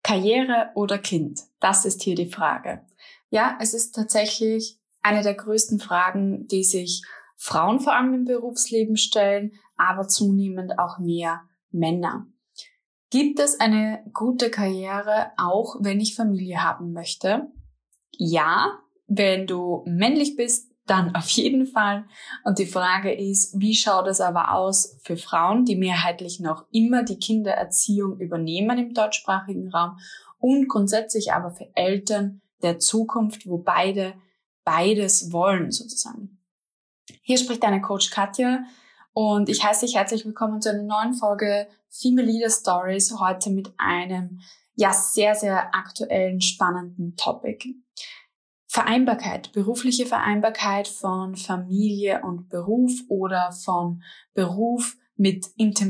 Karriere oder Kind? Das ist hier die Frage. Ja, es ist tatsächlich eine der größten Fragen, die sich Frauen vor allem im Berufsleben stellen, aber zunehmend auch mehr Männer. Gibt es eine gute Karriere, auch wenn ich Familie haben möchte? Ja, wenn du männlich bist, dann auf jeden Fall. Und die Frage ist, wie schaut es aber aus für Frauen, die mehrheitlich noch immer die Kindererziehung übernehmen im deutschsprachigen Raum und grundsätzlich aber für Eltern der Zukunft, wo beides wollen sozusagen. Hier spricht deine Coach Katja und ich heiße dich herzlich willkommen zu einer neuen Folge Female Leader Stories, heute mit einem sehr, sehr aktuellen, spannenden Topic. Vereinbarkeit, berufliche Vereinbarkeit von Familie und Beruf oder von Beruf mit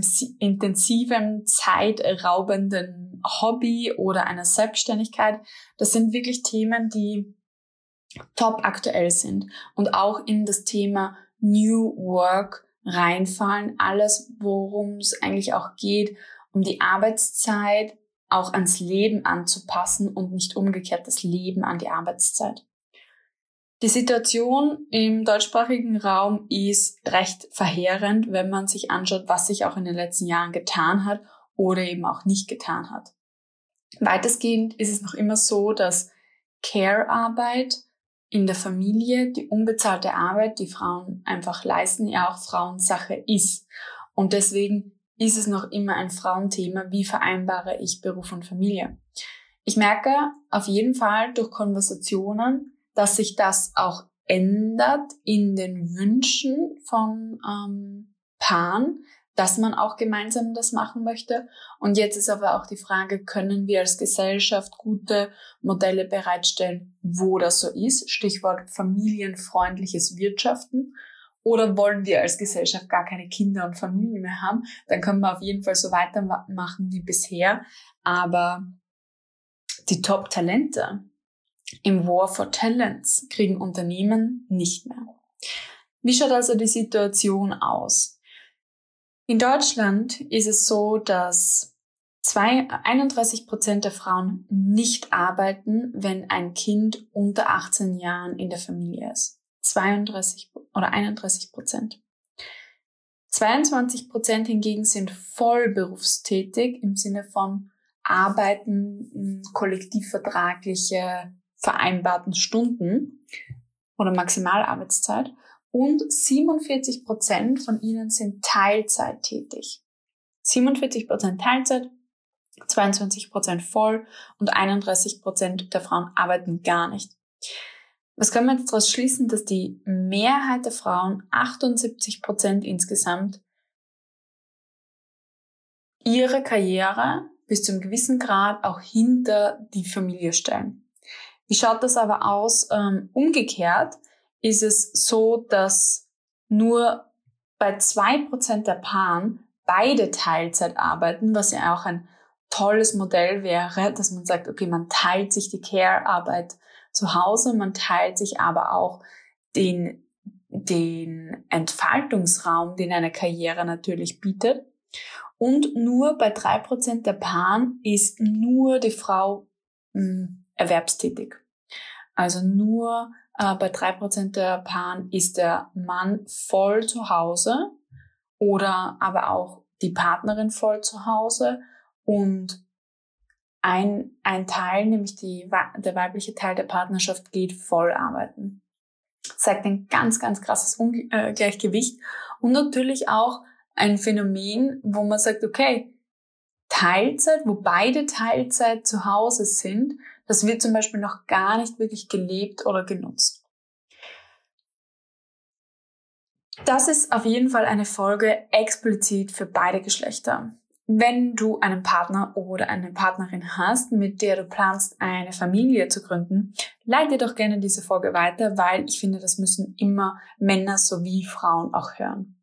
intensivem, zeitraubenden Hobby oder einer Selbstständigkeit. Das sind wirklich Themen, die top aktuell sind und auch in das Thema New Work reinfallen. Alles, worum es eigentlich auch geht, um die Arbeitszeit auch ans Leben anzupassen und nicht umgekehrt das Leben an die Arbeitszeit. Die Situation im deutschsprachigen Raum ist recht verheerend, wenn man sich anschaut, was sich auch in den letzten Jahren getan hat oder eben auch nicht getan hat. Weitestgehend ist es noch immer so, dass Care-Arbeit in der Familie, die unbezahlte Arbeit, die Frauen einfach leisten, ja auch Frauensache ist. Und deswegen ist es noch immer ein Frauenthema, wie vereinbare ich Beruf und Familie. Ich merke auf jeden Fall durch Konversationen, dass sich das auch ändert in den Wünschen von Paaren, dass man auch gemeinsam das machen möchte. Und jetzt ist aber auch die Frage, können wir als Gesellschaft gute Modelle bereitstellen, wo das so ist? Stichwort familienfreundliches Wirtschaften. Oder wollen wir als Gesellschaft gar keine Kinder und Familien mehr haben? Dann können wir auf jeden Fall so weitermachen wie bisher. Aber die Top-Talente im War for Talents kriegen Unternehmen nicht mehr. Wie schaut also die Situation aus? In Deutschland ist es so, dass 31% der Frauen nicht arbeiten, wenn ein Kind unter 18 Jahren in der Familie ist. 31%. 22% hingegen sind vollberufstätig im Sinne von arbeiten, kollektivvertragliche vereinbarten Stunden oder Maximalarbeitszeit und 47% von ihnen sind Teilzeit tätig. 47% Teilzeit, 22% voll und 31% der Frauen arbeiten gar nicht. Was können wir jetzt daraus schließen, dass die Mehrheit der Frauen, 78% insgesamt, ihre Karriere bis zu einem gewissen Grad auch hinter die Familie stellen. Wie schaut das aber aus? Umgekehrt ist es so, dass nur bei 2% der Paaren beide Teilzeit arbeiten, was ja auch ein tolles Modell wäre, dass man sagt, okay, man teilt sich die Care-Arbeit zu Hause, man teilt sich aber auch den Entfaltungsraum, den eine Karriere natürlich bietet. Und nur bei 3% der Paaren ist nur die Frau erwerbstätig. Also nur bei 3% der Paaren ist der Mann voll zu Hause oder aber auch die Partnerin voll zu Hause und ein Teil, nämlich der weibliche Teil der Partnerschaft, geht voll arbeiten. Das zeigt ein ganz, ganz krasses Ungleichgewicht und natürlich auch ein Phänomen, wo man sagt, okay, Teilzeit, wo beide Teilzeit zu Hause sind, das wird zum Beispiel noch gar nicht wirklich gelebt oder genutzt. Das ist auf jeden Fall eine Folge explizit für beide Geschlechter. Wenn du einen Partner oder eine Partnerin hast, mit der du planst, eine Familie zu gründen, leite doch gerne diese Folge weiter, weil ich finde, das müssen immer Männer sowie Frauen auch hören.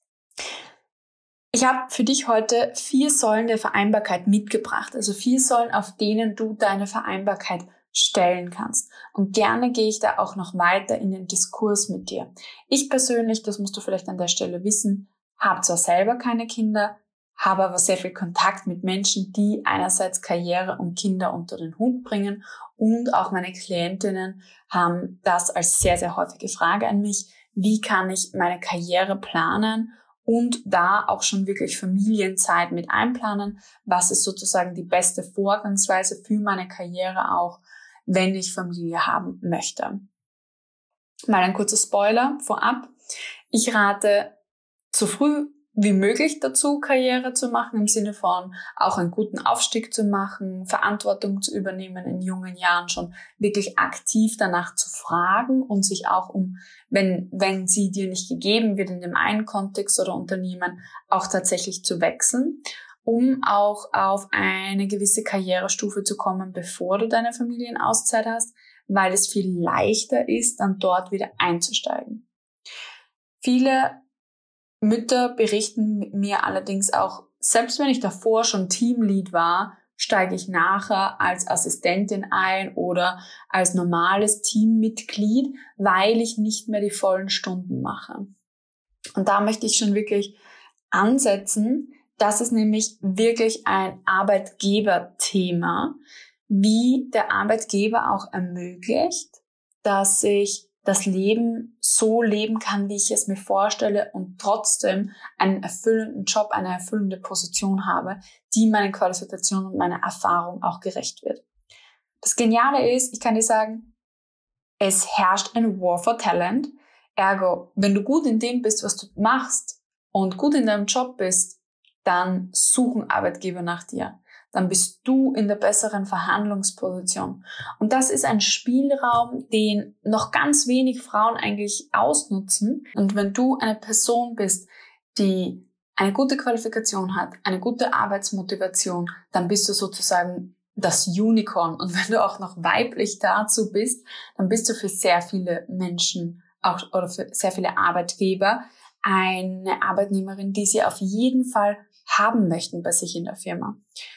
Ich habe für dich heute 4 Säulen der Vereinbarkeit mitgebracht, also 4 Säulen, auf denen du deine Vereinbarkeit stellen kannst. Und gerne gehe ich da auch noch weiter in den Diskurs mit dir. Ich persönlich, das musst du vielleicht an der Stelle wissen, habe zwar selber keine Kinder, habe aber sehr viel Kontakt mit Menschen, die einerseits Karriere und Kinder unter den Hut bringen, und auch meine Klientinnen haben das als sehr, sehr häufige Frage an mich: Wie kann ich meine Karriere planen und da auch schon wirklich Familienzeit mit einplanen? Was ist sozusagen die beste Vorgangsweise für meine Karriere auch, wenn ich Familie haben möchte? Mal ein kurzer Spoiler vorab. Ich rate so früh wie möglich dazu, Karriere zu machen, im Sinne von auch einen guten Aufstieg zu machen, Verantwortung zu übernehmen in jungen Jahren, schon wirklich aktiv danach zu fragen und sich auch wenn sie dir nicht gegeben wird in dem einen Kontext oder Unternehmen, auch tatsächlich zu wechseln, um auch auf eine gewisse Karrierestufe zu kommen, bevor du deine Familienauszeit hast, weil es viel leichter ist, dann dort wieder einzusteigen. Viele Mütter berichten mir allerdings auch, selbst wenn ich davor schon Teamlead war, steige ich nachher als Assistentin ein oder als normales Teammitglied, weil ich nicht mehr die vollen Stunden mache. Und da möchte ich schon wirklich ansetzen. Das ist nämlich wirklich ein Arbeitgeberthema, wie der Arbeitgeber auch ermöglicht, dass ich das Leben so leben kann, wie ich es mir vorstelle, und trotzdem einen erfüllenden Job, eine erfüllende Position habe, die meinen Qualifikationen und meiner Erfahrung auch gerecht wird. Das Geniale ist, ich kann dir sagen, es herrscht ein War for Talent. Ergo, wenn du gut in dem bist, was du machst und gut in deinem Job bist, dann suchen Arbeitgeber nach dir. Dann bist du in der besseren Verhandlungsposition. Und das ist ein Spielraum, den noch ganz wenig Frauen eigentlich ausnutzen. Und wenn du eine Person bist, die eine gute Qualifikation hat, eine gute Arbeitsmotivation, dann bist du sozusagen das Unicorn. Und wenn du auch noch weiblich dazu bist, dann bist du für sehr viele Menschen auch, oder für sehr viele Arbeitgeber eine Arbeitnehmerin, die sie auf jeden Fall haben möchten bei sich in der Firma.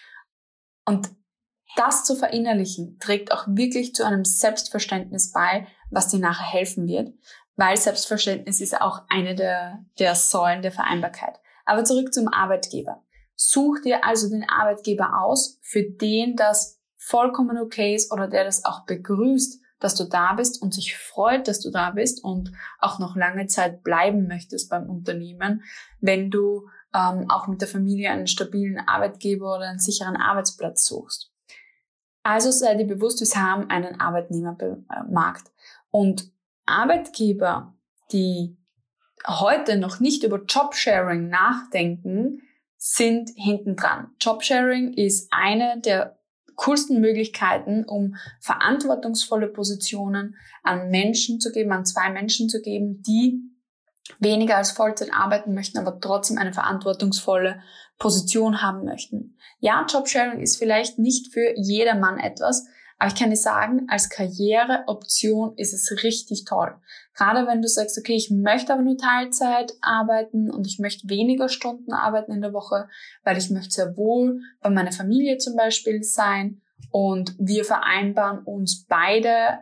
Und das zu verinnerlichen, trägt auch wirklich zu einem Selbstverständnis bei, was dir nachher helfen wird, weil Selbstverständnis ist auch eine der Säulen der Vereinbarkeit. Aber zurück zum Arbeitgeber. Such dir also den Arbeitgeber aus, für den das vollkommen okay ist oder der das auch begrüßt, dass du da bist und sich freut, dass du da bist und auch noch lange Zeit bleiben möchtest beim Unternehmen, wenn du auch mit der Familie einen stabilen Arbeitgeber oder einen sicheren Arbeitsplatz suchst. Also sei dir bewusst, wir haben einen Arbeitnehmermarkt. Und Arbeitgeber, die heute noch nicht über Jobsharing nachdenken, sind hinten dran. Jobsharing ist eine der coolsten Möglichkeiten, um verantwortungsvolle Positionen an Menschen zu geben, an zwei Menschen zu geben, die weniger als Vollzeit arbeiten möchten, aber trotzdem eine verantwortungsvolle Position haben möchten. Ja, Jobsharing ist vielleicht nicht für jedermann etwas, aber ich kann dir sagen, als Karriereoption ist es richtig toll. Gerade wenn du sagst, okay, ich möchte aber nur Teilzeit arbeiten und ich möchte weniger Stunden arbeiten in der Woche, weil ich möchte sehr wohl bei meiner Familie zum Beispiel sein und wir vereinbaren uns beide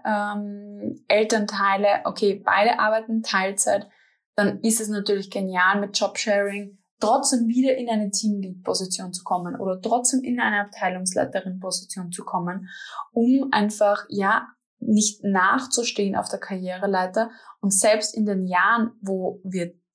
Elternteile, okay, beide arbeiten Teilzeit, dann ist es natürlich genial mit Jobsharing trotzdem wieder in eine Teamlead-Position zu kommen oder trotzdem in eine Abteilungsleiterin-Position zu kommen, um einfach, ja, nicht nachzustehen auf der Karriereleiter und selbst in den Jahren, wo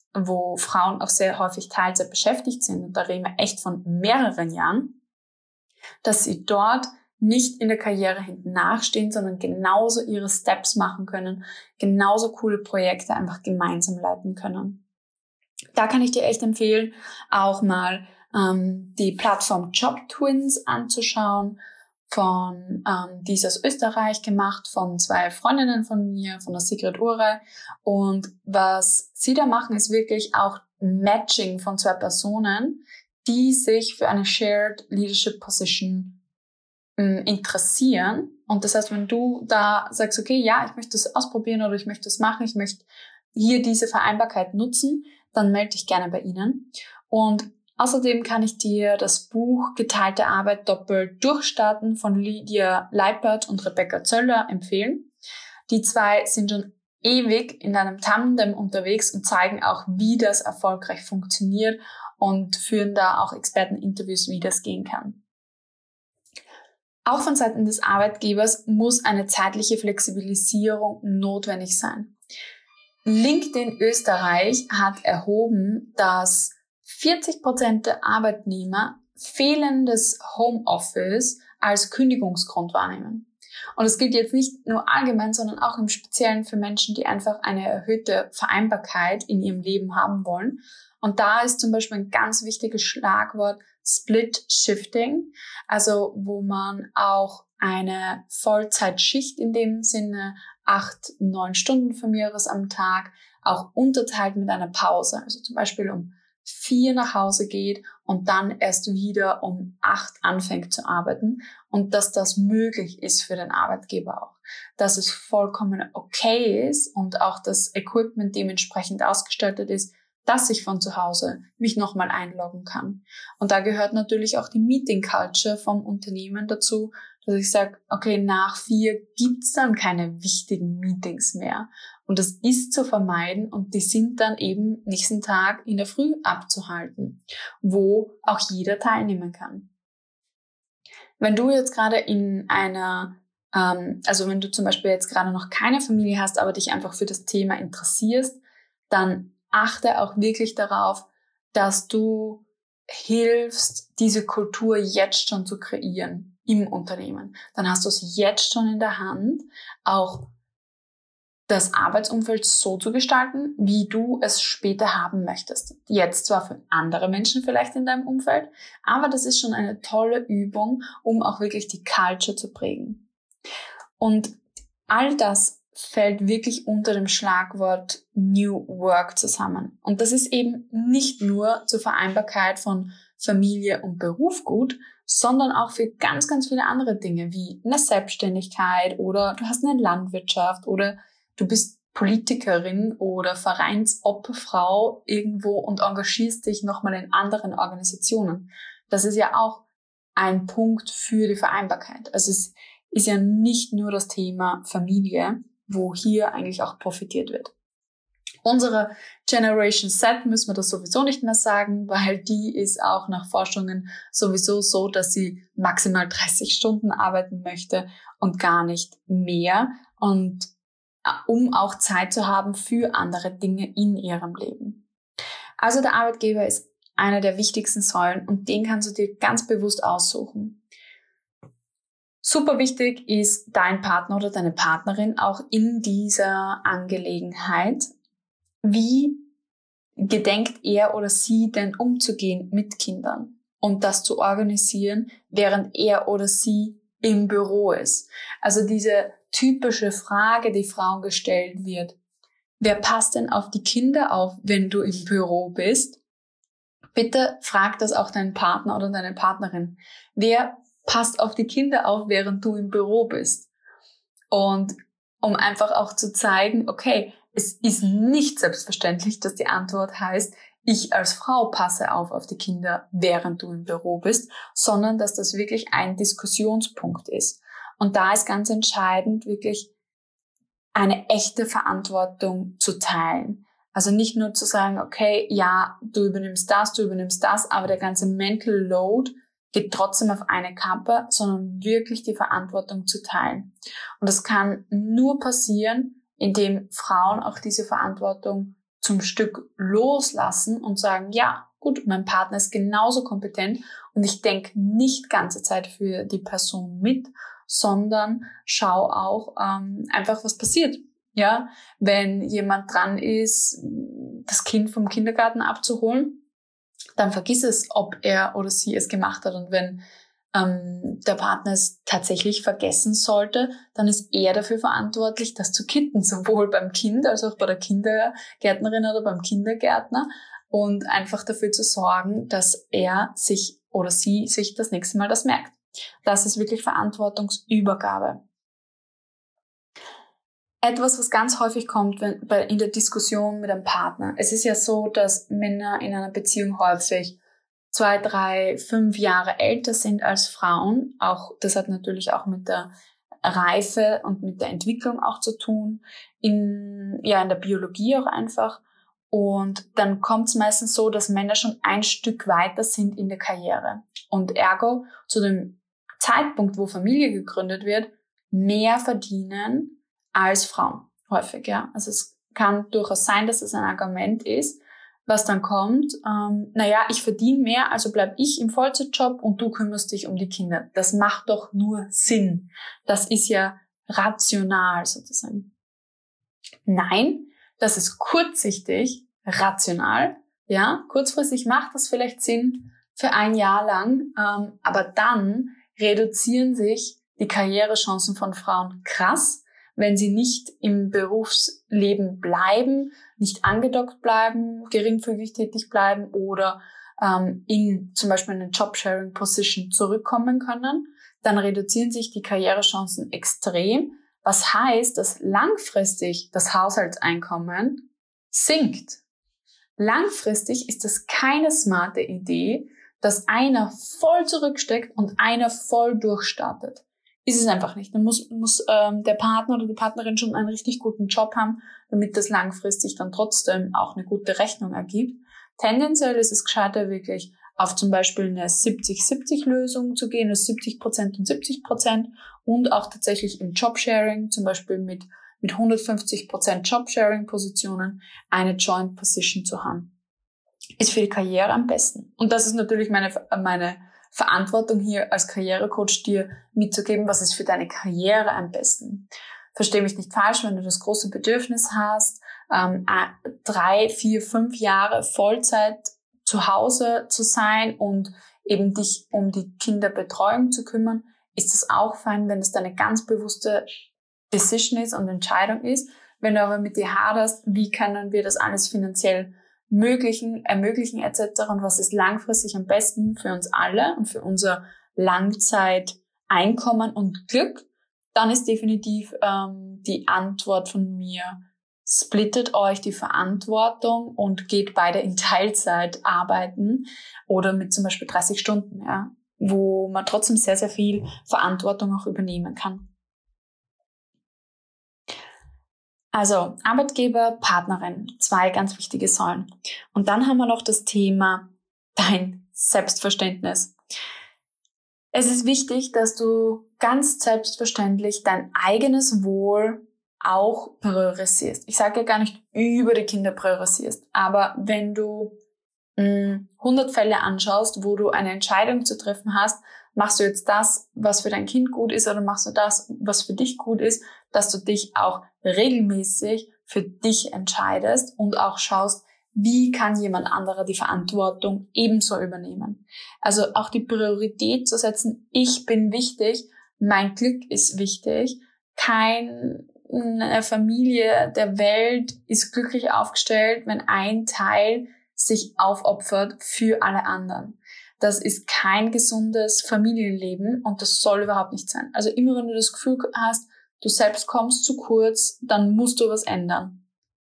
Frauen auch sehr häufig Teilzeit beschäftigt sind, und da reden wir echt von mehreren Jahren, dass sie dort nicht in der Karriere hinten nachstehen, sondern genauso ihre Steps machen können, genauso coole Projekte einfach gemeinsam leiten können. Da kann ich dir echt empfehlen, auch mal die Plattform JobTwins anzuschauen. Die ist aus Österreich gemacht, von zwei Freundinnen von mir, von der Sigrid Ure. Und was sie da machen, ist wirklich auch Matching von zwei Personen, die sich für eine Shared Leadership Position interessieren. Und das heißt, wenn du da sagst, okay, ja, ich möchte das ausprobieren oder ich möchte das machen, ich möchte hier diese Vereinbarkeit nutzen, dann melde dich gerne bei ihnen. Und außerdem kann ich dir das Buch Geteilte Arbeit doppelt durchstarten von Lydia Leipert und Rebecca Zöller empfehlen. Die zwei sind schon ewig in einem Tandem unterwegs und zeigen auch, wie das erfolgreich funktioniert und führen da auch Experteninterviews, wie das gehen kann. Auch von Seiten des Arbeitgebers muss eine zeitliche Flexibilisierung notwendig sein. LinkedIn Österreich hat erhoben, dass 40% der Arbeitnehmer fehlendes Homeoffice als Kündigungsgrund wahrnehmen. Und das gilt jetzt nicht nur allgemein, sondern auch im Speziellen für Menschen, die einfach eine erhöhte Vereinbarkeit in ihrem Leben haben wollen. Und da ist zum Beispiel ein ganz wichtiges Schlagwort Split Shifting, also wo man auch eine Vollzeitschicht in dem Sinne 8-9 Stunden von mir aus am Tag auch unterteilt mit einer Pause, also zum Beispiel um 4 nach Hause geht und dann erst wieder um 8 anfängt zu arbeiten und dass das möglich ist für den Arbeitgeber auch, dass es vollkommen okay ist und auch das Equipment dementsprechend ausgestaltet ist, dass ich von zu Hause mich nochmal einloggen kann. Und da gehört natürlich auch die Meeting Culture vom Unternehmen dazu, dass ich sage, okay, nach 4 gibt's dann keine wichtigen Meetings mehr. Und das ist zu vermeiden und die sind dann eben nächsten Tag in der Früh abzuhalten, wo auch jeder teilnehmen kann. Wenn du jetzt gerade in einer, also wenn du zum Beispiel jetzt gerade noch keine Familie hast, aber dich einfach für das Thema interessierst, dann achte auch wirklich darauf, dass du hilfst, diese Kultur jetzt schon zu kreieren im Unternehmen. Dann hast du es jetzt schon in der Hand, auch das Arbeitsumfeld so zu gestalten, wie du es später haben möchtest. Jetzt zwar für andere Menschen vielleicht in deinem Umfeld, aber das ist schon eine tolle Übung, um auch wirklich die Culture zu prägen. Und all das fällt wirklich unter dem Schlagwort New Work zusammen. Und das ist eben nicht nur zur Vereinbarkeit von Familie und Beruf gut, sondern auch für ganz, ganz viele andere Dinge, wie eine Selbstständigkeit oder du hast eine Landwirtschaft oder du bist Politikerin oder Vereinsobfrau irgendwo und engagierst dich nochmal in anderen Organisationen. Das ist ja auch ein Punkt für die Vereinbarkeit. Also es ist ja nicht nur das Thema Familie, wo hier eigentlich auch profitiert wird. Unsere Generation Z müssen wir das sowieso nicht mehr sagen, weil die ist auch nach Forschungen sowieso so, dass sie maximal 30 Stunden arbeiten möchte und gar nicht mehr. Und um auch Zeit zu haben für andere Dinge in ihrem Leben. Also der Arbeitgeber ist einer der wichtigsten Säulen und den kannst du dir ganz bewusst aussuchen. Super wichtig ist dein Partner oder deine Partnerin auch in dieser Angelegenheit. Wie gedenkt er oder sie denn umzugehen mit Kindern und das zu organisieren, während er oder sie im Büro ist? Also diese typische Frage, die Frauen gestellt wird. Wer passt denn auf die Kinder auf, wenn du im Büro bist? Bitte frag das auch deinen Partner oder deine Partnerin. Wer passt auf die Kinder auf, während du im Büro bist? Und um einfach auch zu zeigen, okay, es ist nicht selbstverständlich, dass die Antwort heißt, ich als Frau passe auf die Kinder, während du im Büro bist, sondern dass das wirklich ein Diskussionspunkt ist. Und da ist ganz entscheidend, wirklich eine echte Verantwortung zu teilen. Also nicht nur zu sagen, okay, ja, du übernimmst das, aber der ganze Mental Load geht trotzdem auf eine Kappe, sondern wirklich die Verantwortung zu teilen. Und das kann nur passieren, indem Frauen auch diese Verantwortung zum Stück loslassen und sagen, ja, gut, mein Partner ist genauso kompetent und ich denke nicht ganze Zeit für die Person mit, sondern schau auch einfach, was passiert. Ja, wenn jemand dran ist, das Kind vom Kindergarten abzuholen, dann vergiss es, ob er oder sie es gemacht hat. Und wenn der Partner es tatsächlich vergessen sollte, dann ist er dafür verantwortlich, das zu kitten, sowohl beim Kind als auch bei der Kindergärtnerin oder beim Kindergärtner und einfach dafür zu sorgen, dass er sich oder sie sich das nächste Mal das merkt. Das ist wirklich Verantwortungsübergabe. Etwas, was ganz häufig kommt in der Diskussion mit einem Partner. Es ist ja so, dass Männer in einer Beziehung häufig 2, 3, 5 Jahre älter sind als Frauen. Auch das hat natürlich auch mit der Reife und mit der Entwicklung auch zu tun. In der Biologie auch einfach. Und dann kommt es meistens so, dass Männer schon ein Stück weiter sind in der Karriere und ergo zu dem Zeitpunkt, wo Familie gegründet wird, mehr verdienen als Frauen. Häufig, ja. Also es kann durchaus sein, dass es ein Argument ist, was dann kommt, ich verdiene mehr, also bleib ich im Vollzeitjob und du kümmerst dich um die Kinder. Das macht doch nur Sinn. Das ist ja rational sozusagen. Nein, das ist kurzsichtig, rational. Ja, kurzfristig macht das vielleicht Sinn für ein Jahr lang, aber dann reduzieren sich die Karrierechancen von Frauen krass, wenn sie nicht im Berufsleben bleiben, nicht angedockt bleiben, geringfügig tätig bleiben oder in zum Beispiel eine Job-Sharing-Position zurückkommen können, dann reduzieren sich die Karrierechancen extrem, was heißt, dass langfristig das Haushaltseinkommen sinkt. Langfristig ist es keine smarte Idee, dass einer voll zurücksteckt und einer voll durchstartet. Ist es einfach nicht. Dann muss der Partner oder die Partnerin schon einen richtig guten Job haben, damit das langfristig dann trotzdem auch eine gute Rechnung ergibt. Tendenziell ist es gescheiter, wirklich auf zum Beispiel eine 70-70-Lösung zu gehen, also 70% und 70% und auch tatsächlich im Jobsharing, zum Beispiel mit 150% Jobsharing-Positionen, eine Joint Position zu haben. Ist für die Karriere am besten. Und das ist natürlich meine Verantwortung hier als Karrierecoach, dir mitzugeben, was ist für deine Karriere am besten. Versteh mich nicht falsch, wenn du das große Bedürfnis hast, 3, 4, 5 Jahre Vollzeit zu Hause zu sein und eben dich um die Kinderbetreuung zu kümmern, ist das auch fein, wenn es deine ganz bewusste Decision ist und Entscheidung ist. Wenn du aber mit dir haderst, wie können wir das alles finanziell ermöglichen etc. und was ist langfristig am besten für uns alle und für unser Langzeiteinkommen und Glück, dann ist definitiv die Antwort von mir: Splittet euch die Verantwortung und geht beide in Teilzeit arbeiten oder mit zum Beispiel 30 Stunden, ja, wo man trotzdem sehr, sehr viel Verantwortung auch übernehmen kann. Also Arbeitgeber, Partnerin, 2 ganz wichtige Säulen. Und dann haben wir noch das Thema dein Selbstverständnis. Es ist wichtig, dass du ganz selbstverständlich dein eigenes Wohl auch priorisierst. Ich sage ja gar nicht über die Kinder priorisierst, aber wenn du 100 Fälle anschaust, wo du eine Entscheidung zu treffen hast, machst du jetzt das, was für dein Kind gut ist, oder machst du das, was für dich gut ist, dass du dich auch regelmäßig für dich entscheidest und auch schaust, wie kann jemand anderer die Verantwortung ebenso übernehmen. Also auch die Priorität zu setzen: Ich bin wichtig, mein Glück ist wichtig, keine Familie der Welt ist glücklich aufgestellt, wenn ein Teil sich aufopfert für alle anderen. Das ist kein gesundes Familienleben und das soll überhaupt nicht sein. Also immer wenn du das Gefühl hast, du selbst kommst zu kurz, dann musst du was ändern.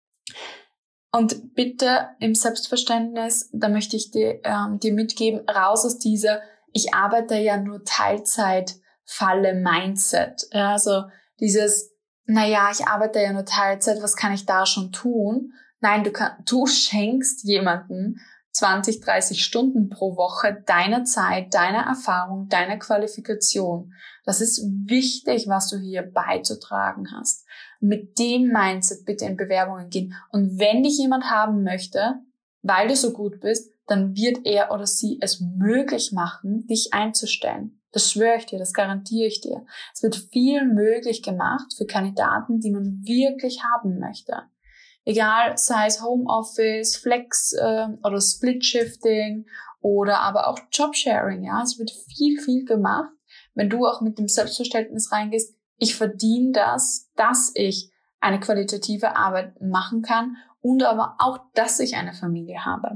Und bitte im Selbstverständnis, da möchte ich dir mitgeben, raus aus dieser ich arbeite ja nur Teilzeit-Falle Mindset. Ja, also dieses, ich arbeite ja nur Teilzeit, was kann ich da schon tun? Nein, du schenkst jemanden 20, 30 Stunden pro Woche deiner Zeit, deiner Erfahrung, deiner Qualifikation. Das ist wichtig, was du hier beizutragen hast. Mit dem Mindset bitte in Bewerbungen gehen. Und wenn dich jemand haben möchte, weil du so gut bist, dann wird er oder sie es möglich machen, dich einzustellen. Das schwöre ich dir, das garantiere ich dir. Es wird viel möglich gemacht für Kandidaten, die man wirklich haben möchte. Egal, sei es Homeoffice, Flex oder Split-Shifting oder aber auch Jobsharing. Ja, es wird viel gemacht, wenn du auch mit dem Selbstverständnis reingehst: Ich verdiene das, dass ich eine qualitative Arbeit machen kann und aber auch, dass ich eine Familie habe.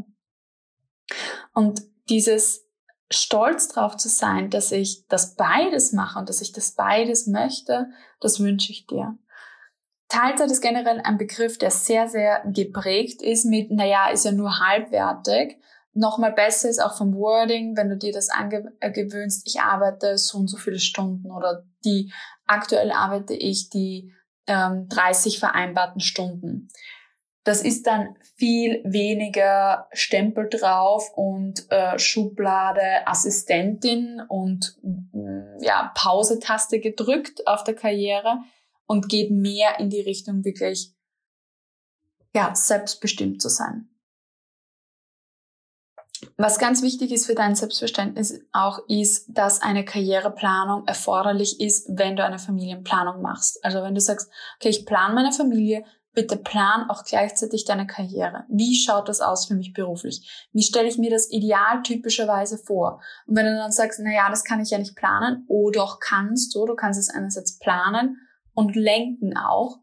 Und dieses Stolz drauf zu sein, dass ich das beides mache und dass ich das beides möchte, das wünsche ich dir. Teilzeit ist generell ein Begriff, der sehr, sehr geprägt ist mit, ist ja nur halbwertig. Nochmal besser ist auch vom Wording, wenn du dir das angewöhnst: Ich arbeite so und so viele Stunden oder aktuell arbeite ich die 30 vereinbarten Stunden. Das ist dann viel weniger Stempel drauf und Schublade Assistentin und Pause-Taste gedrückt auf der Karriere und geht mehr in die Richtung wirklich selbstbestimmt zu sein. Was ganz wichtig ist für dein Selbstverständnis auch ist, dass eine Karriereplanung erforderlich ist, wenn du eine Familienplanung machst. Also wenn du sagst, okay, ich plane meine Familie, bitte plan auch gleichzeitig deine Karriere. Wie schaut das aus für mich beruflich? Wie stelle ich mir das ideal typischerweise vor? Und wenn du dann sagst, das kann ich ja nicht planen, doch kannst du kannst es einerseits planen und lenken auch.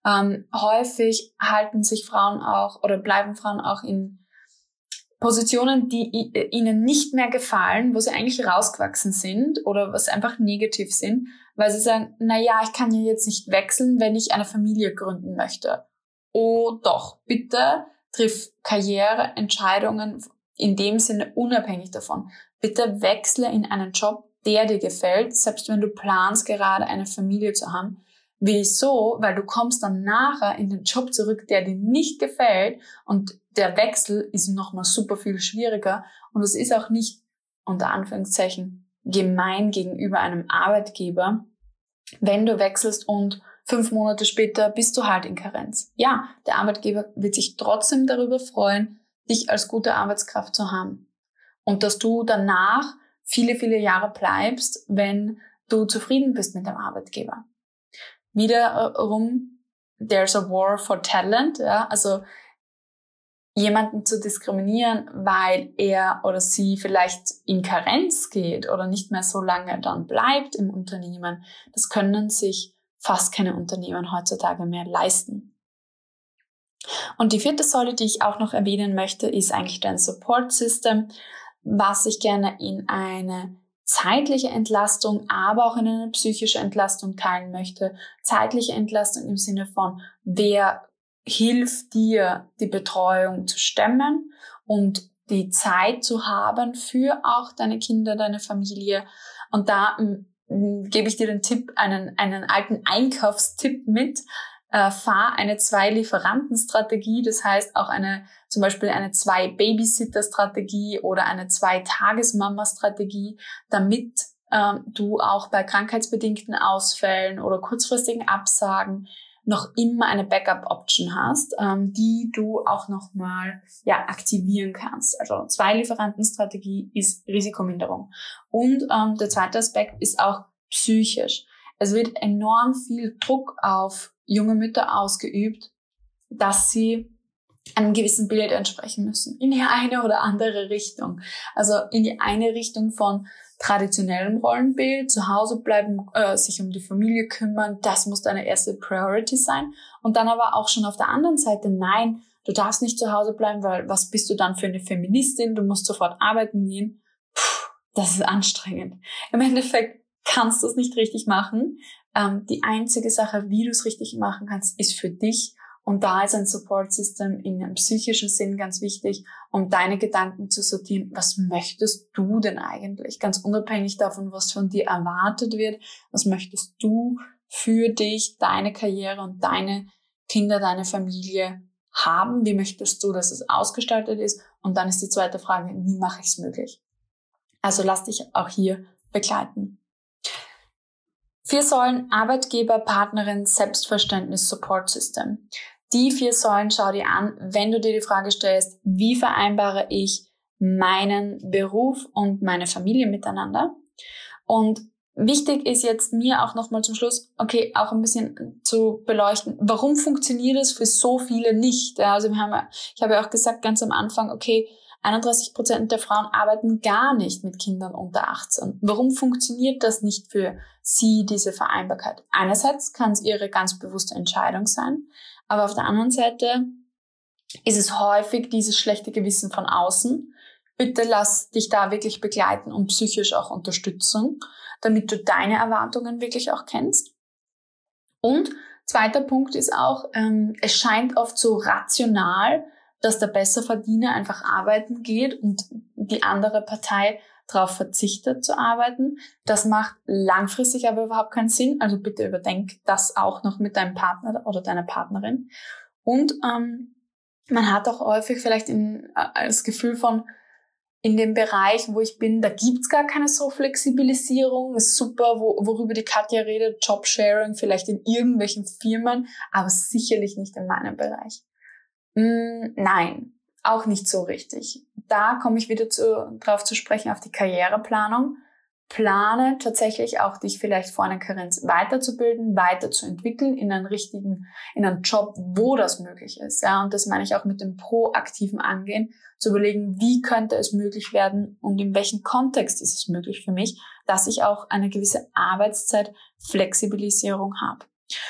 Häufig halten sich Frauen auch oder bleiben Frauen auch in Positionen, die ihnen nicht mehr gefallen, wo sie eigentlich rausgewachsen sind oder was einfach negativ sind, weil sie sagen, ich kann ja jetzt nicht wechseln, wenn ich eine Familie gründen möchte. Oh doch, bitte triff Karriereentscheidungen in dem Sinne unabhängig davon. Bitte wechsle in einen Job, der dir gefällt, selbst wenn du planst, gerade eine Familie zu haben. Wieso? Weil du kommst dann nachher in den Job zurück, der dir nicht gefällt und der Wechsel ist nochmal super viel schwieriger und es ist auch nicht, unter Anführungszeichen, gemein gegenüber einem Arbeitgeber, wenn du wechselst und 5 Monate später bist du halt in Karenz. Ja, der Arbeitgeber wird sich trotzdem darüber freuen, dich als gute Arbeitskraft zu haben und dass du danach viele, viele Jahre bleibst, wenn du zufrieden bist mit dem Arbeitgeber. Wiederum, there's a war for talent, also jemanden zu diskriminieren, weil er oder sie vielleicht in Karenz geht oder nicht mehr so lange dann bleibt im Unternehmen, das können sich fast keine Unternehmen heutzutage mehr leisten. Und die 4. Säule, die ich auch noch erwähnen möchte, ist eigentlich dein Support System, was ich gerne in eine zeitliche Entlastung, aber auch in eine psychische Entlastung teilen möchte. Zeitliche Entlastung im Sinne von, wer hilft dir, die Betreuung zu stemmen und die Zeit zu haben für auch deine Kinder, deine Familie. Und da gebe ich dir den Tipp, einen alten Einkaufstipp mit. Fahr eine 2-Lieferanten-Strategie, das heißt auch zum Beispiel eine 2-Babysitter-Strategie oder eine 2-Tages-Mama-Strategie, damit du auch bei krankheitsbedingten Ausfällen oder kurzfristigen Absagen noch immer eine Backup-Option hast, die du auch nochmal aktivieren kannst. Also 2-Lieferanten-Strategie ist Risikominderung. Und der zweite Aspekt ist auch psychisch. Es wird enorm viel Druck auf junge Mütter ausgeübt, dass sie einem gewissen Bild entsprechen müssen, in die eine oder andere Richtung. Also in die eine Richtung von traditionellem Rollenbild, zu Hause bleiben, sich um die Familie kümmern, das muss deine erste Priority sein. Und dann aber auch schon auf der anderen Seite, nein, du darfst nicht zu Hause bleiben, weil was bist du dann für eine Feministin? Du musst sofort arbeiten gehen. Das ist anstrengend. Im Endeffekt kannst du es nicht richtig machen. Die einzige Sache, wie du es richtig machen kannst, ist für dich. Und da ist ein Support System in einem psychischen Sinn ganz wichtig, um deine Gedanken zu sortieren. Was möchtest du denn eigentlich? Ganz unabhängig davon, was von dir erwartet wird. Was möchtest du für dich, deine Karriere und deine Kinder, deine Familie haben? Wie möchtest du, dass es ausgestaltet ist? Und dann ist die zweite Frage, wie mache ich es möglich? Also lass dich auch hier begleiten. 4 Säulen: Arbeitgeber, Partnerin, Selbstverständnis, Support System. Die 4 Säulen schau dir an, wenn du dir die Frage stellst, wie vereinbare ich meinen Beruf und meine Familie miteinander? Und wichtig ist jetzt mir auch nochmal zum Schluss, okay, auch ein bisschen zu beleuchten, warum funktioniert es für so viele nicht? Also ich habe ja auch gesagt ganz am Anfang, okay, 31% der Frauen arbeiten gar nicht mit Kindern unter 18. Warum funktioniert das nicht für sie, diese Vereinbarkeit? Einerseits kann es ihre ganz bewusste Entscheidung sein, aber auf der anderen Seite ist es häufig dieses schlechte Gewissen von außen. Bitte lass dich da wirklich begleiten und psychisch auch Unterstützung, damit du deine Erwartungen wirklich auch kennst. Und zweiter Punkt ist auch, es scheint oft so rational, dass der Besserverdiener einfach arbeiten geht und die andere Partei darauf verzichtet zu arbeiten. Das macht langfristig aber überhaupt keinen Sinn. Also bitte überdenk das auch noch mit deinem Partner oder deiner Partnerin. Und Man hat auch häufig vielleicht das Gefühl von, in dem Bereich, wo ich bin, da gibt's gar keine so Flexibilisierung. Ist super, worüber die Katja redet, Jobsharing, vielleicht in irgendwelchen Firmen, aber sicherlich nicht in meinem Bereich. Nein, auch nicht so richtig. Da komme ich wieder drauf zu sprechen, auf die Karriereplanung. Plane tatsächlich auch, dich vielleicht vor einer Karenz weiterzubilden, weiterzuentwickeln in einen Job, wo das möglich ist. Ja, und das meine ich auch mit dem proaktiven Angehen, zu überlegen, wie könnte es möglich werden und in welchem Kontext ist es möglich für mich, dass ich auch eine gewisse Arbeitszeitflexibilisierung habe.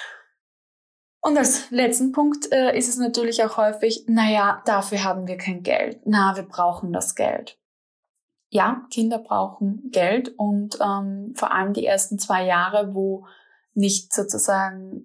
Und als letzten Punkt ist es natürlich auch häufig, dafür haben wir kein Geld. Wir brauchen das Geld. Ja, Kinder brauchen Geld und vor allem die ersten 2 Jahre, wo nicht sozusagen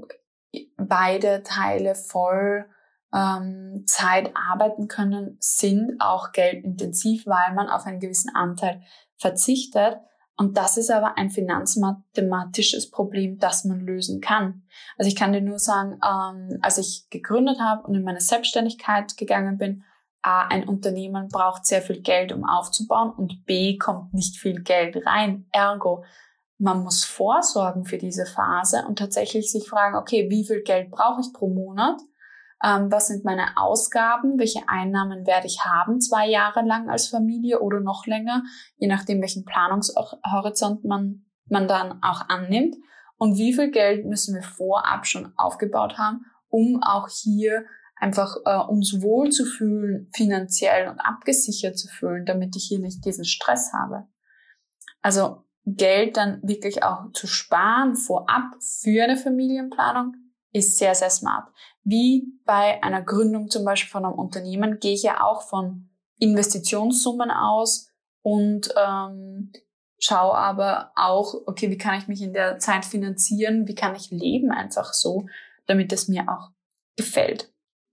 beide Teile voll Zeit arbeiten können, sind auch geldintensiv, weil man auf einen gewissen Anteil verzichtet. Und das ist aber ein finanzmathematisches Problem, das man lösen kann. Also ich kann dir nur sagen, als ich gegründet habe und in meine Selbstständigkeit gegangen bin, A, ein Unternehmen braucht sehr viel Geld, um aufzubauen, und B, kommt nicht viel Geld rein. Ergo, man muss vorsorgen für diese Phase und tatsächlich sich fragen, okay, wie viel Geld brauche ich pro Monat? Was sind meine Ausgaben? Welche Einnahmen werde ich haben 2 Jahre lang als Familie oder noch länger, je nachdem, welchen Planungshorizont man dann auch annimmt? Und wie viel Geld müssen wir vorab schon aufgebaut haben, um auch hier einfach uns wohl zu fühlen, finanziell und abgesichert zu fühlen, damit ich hier nicht diesen Stress habe. Also Geld dann wirklich auch zu sparen vorab für eine Familienplanung ist sehr, sehr smart. Wie bei einer Gründung zum Beispiel von einem Unternehmen gehe ich ja auch von Investitionssummen aus und schaue aber auch, okay, wie kann ich mich in der Zeit finanzieren, wie kann ich leben einfach so, damit es mir auch gefällt.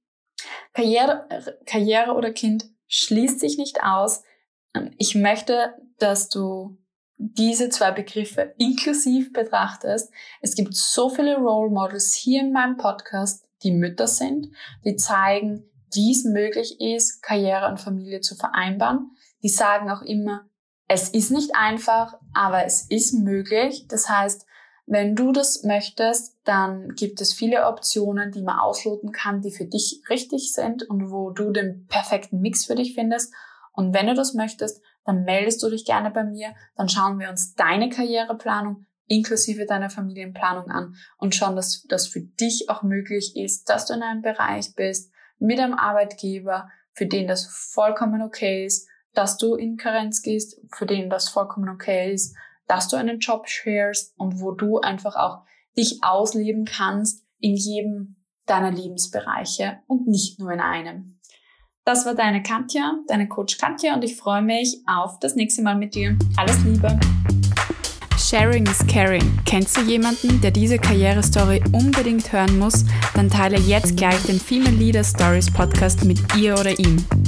Karriere oder Kind schließt sich nicht aus. Ich möchte, dass du diese 2 Begriffe inklusiv betrachtest. Es gibt so viele Role Models hier in meinem Podcast, die Mütter sind, die zeigen, wie es möglich ist, Karriere und Familie zu vereinbaren. Die sagen auch immer, es ist nicht einfach, aber es ist möglich. Das heißt, wenn du das möchtest, dann gibt es viele Optionen, die man ausloten kann, die für dich richtig sind und wo du den perfekten Mix für dich findest. Und wenn du das möchtest, dann meldest du dich gerne bei mir. Dann schauen wir uns deine Karriereplanung inklusive deiner Familienplanung an und schauen, dass das für dich auch möglich ist, dass du in einem Bereich bist mit einem Arbeitgeber, für den das vollkommen okay ist, dass du in Karenz gehst, für den das vollkommen okay ist, dass du einen Job sharest und wo du einfach auch dich ausleben kannst in jedem deiner Lebensbereiche und nicht nur in einem. Das war deine Katja, deine Coach Katja, und ich freue mich auf das nächste Mal mit dir. Alles Liebe! Sharing is caring. Kennst du jemanden, der diese Karrierestory unbedingt hören muss? Dann teile jetzt gleich den Female Leader Stories Podcast mit ihr oder ihm.